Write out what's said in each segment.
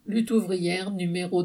Lutte ouvrière numéro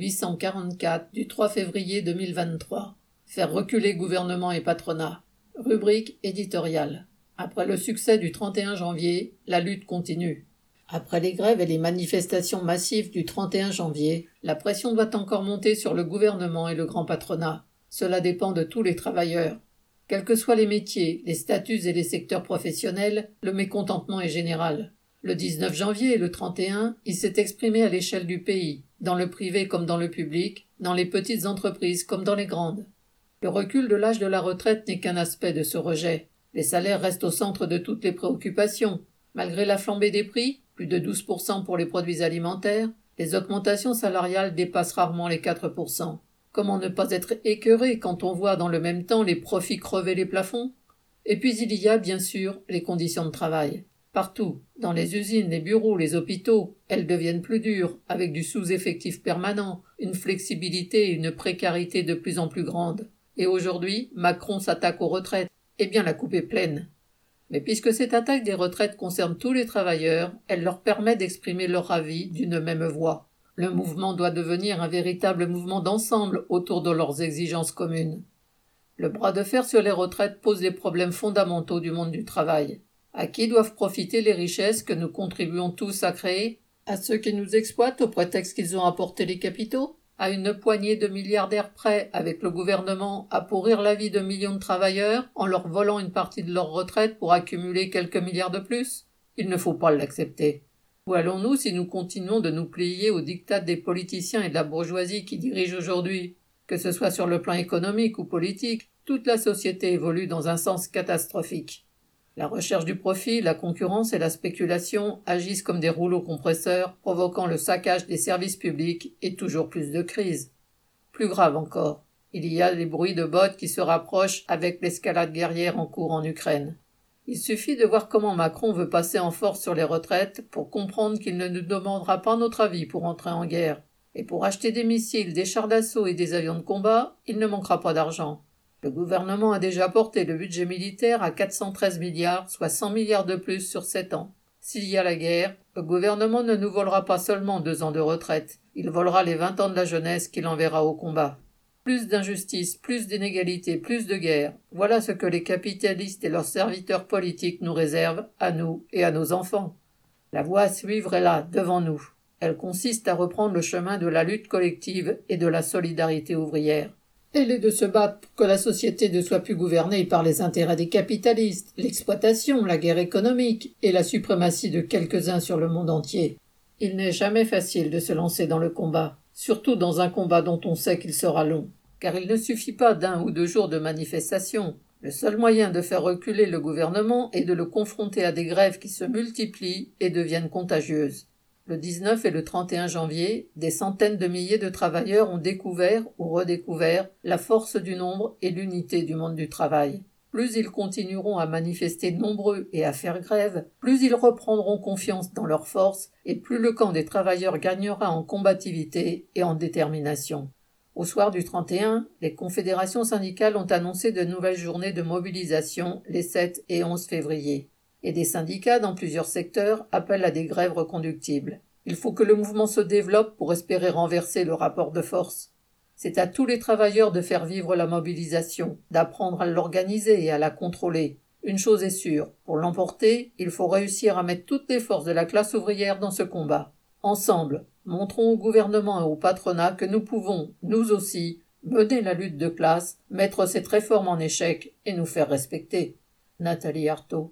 2844 du 3 février 2023. Faire reculer gouvernement et patronat. Rubrique éditoriale. Après le succès du 31 janvier, la lutte continue. Après les grèves et les manifestations massives du 31 janvier, la pression doit encore monter sur le gouvernement et le grand patronat. Cela dépend de tous les travailleurs. Quels que soient les métiers, les statuts et les secteurs professionnels, le mécontentement est général. Le 19 janvier et le 31, il s'est exprimé à l'échelle du pays, dans le privé comme dans le public, dans les petites entreprises comme dans les grandes. Le recul de l'âge de la retraite n'est qu'un aspect de ce rejet. Les salaires restent au centre de toutes les préoccupations. Malgré la flambée des prix, plus de 12% pour les produits alimentaires, les augmentations salariales dépassent rarement les 4%. Comment ne pas être écœuré quand on voit dans le même temps les profits crever les plafonds? Et puis il y a, bien sûr, les conditions de travail. Partout, dans les usines, les bureaux, les hôpitaux, elles deviennent plus dures, avec du sous-effectif permanent, une flexibilité et une précarité de plus en plus grande. Et aujourd'hui, Macron s'attaque aux retraites. Eh bien, la coupe est pleine. Mais puisque cette attaque des retraites concerne tous les travailleurs, elle leur permet d'exprimer leur avis d'une même voix. Le mouvement doit devenir un véritable mouvement d'ensemble autour de leurs exigences communes. Le bras de fer sur les retraites pose les problèmes fondamentaux du monde du travail. À qui doivent profiter les richesses que nous contribuons tous à créer? À ceux qui nous exploitent au prétexte qu'ils ont apporté les capitaux? À une poignée de milliardaires prêts, avec le gouvernement, à pourrir la vie de millions de travailleurs en leur volant une partie de leur retraite pour accumuler quelques milliards de plus? Il ne faut pas l'accepter. Où allons-nous si nous continuons de nous plier aux diktats des politiciens et de la bourgeoisie qui dirigent aujourd'hui? Que ce soit sur le plan économique ou politique, toute la société évolue dans un sens catastrophique. La recherche du profit, la concurrence et la spéculation agissent comme des rouleaux compresseurs, provoquant le saccage des services publics et toujours plus de crises. Plus grave encore, il y a les bruits de bottes qui se rapprochent avec l'escalade guerrière en cours en Ukraine. Il suffit de voir comment Macron veut passer en force sur les retraites pour comprendre qu'il ne nous demandera pas notre avis pour entrer en guerre. Et pour acheter des missiles, des chars d'assaut et des avions de combat, il ne manquera pas d'argent. Le gouvernement a déjà porté le budget militaire à 413 milliards, soit 100 milliards de plus sur 7 ans. S'il y a la guerre, le gouvernement ne nous volera pas seulement 2 ans de retraite, il volera les 20 ans de la jeunesse qu'il enverra au combat. Plus d'injustice, plus d'inégalité, plus de guerre, voilà ce que les capitalistes et leurs serviteurs politiques nous réservent, à nous et à nos enfants. La voie à suivre est là, devant nous. Elle consiste à reprendre le chemin de la lutte collective et de la solidarité ouvrière. Elle est de se battre pour que la société ne soit plus gouvernée par les intérêts des capitalistes, l'exploitation, la guerre économique et la suprématie de quelques-uns sur le monde entier. Il n'est jamais facile de se lancer dans le combat, surtout dans un combat dont on sait qu'il sera long, car il ne suffit pas d'1 ou 2 jours de manifestation. Le seul moyen de faire reculer le gouvernement est de le confronter à des grèves qui se multiplient et deviennent contagieuses. Le 19 et le 31 janvier, des centaines de milliers de travailleurs ont découvert ou redécouvert la force du nombre et l'unité du monde du travail. Plus ils continueront à manifester nombreux et à faire grève, plus ils reprendront confiance dans leur force et plus le camp des travailleurs gagnera en combativité et en détermination. Au soir du 31, les confédérations syndicales ont annoncé de nouvelles journées de mobilisation les 7 et 11 février. Et des syndicats dans plusieurs secteurs appellent à des grèves reconductibles. Il faut que le mouvement se développe pour espérer renverser le rapport de force. C'est à tous les travailleurs de faire vivre la mobilisation, d'apprendre à l'organiser et à la contrôler. Une chose est sûre, pour l'emporter, il faut réussir à mettre toutes les forces de la classe ouvrière dans ce combat. Ensemble, montrons au gouvernement et au patronat que nous pouvons, nous aussi, mener la lutte de classe, mettre cette réforme en échec et nous faire respecter. Nathalie Arthaud.